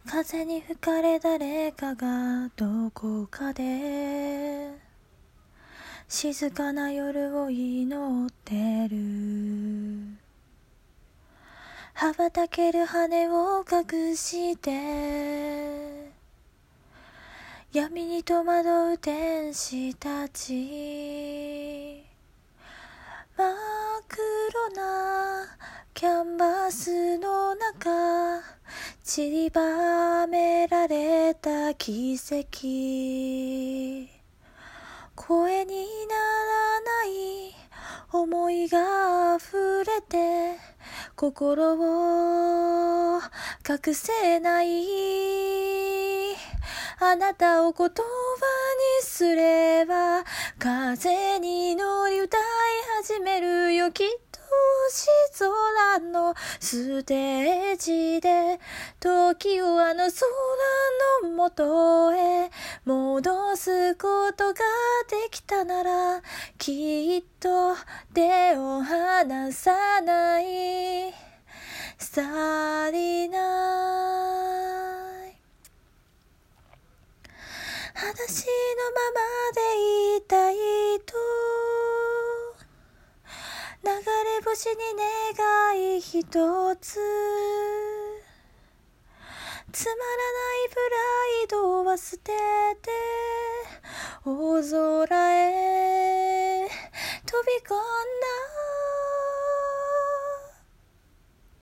風に吹かれ誰かがどこかで静かな夜を祈ってる。羽ばたける羽を隠して闇に戸惑う天使たち。真っ黒なキャンバスの中、散りばめられた奇跡。声にならない思いが溢れて心を隠せない。あなたを言葉にすれば風に乗り歌い始めるよ。きっと星空のステージで時をあの空の元へ戻すことができたなら、きっと手を離さない。さりない。裸足のままでいたいと流れ星に願い一つ。つまらないプライドは捨てて大空へ飛び込んだ。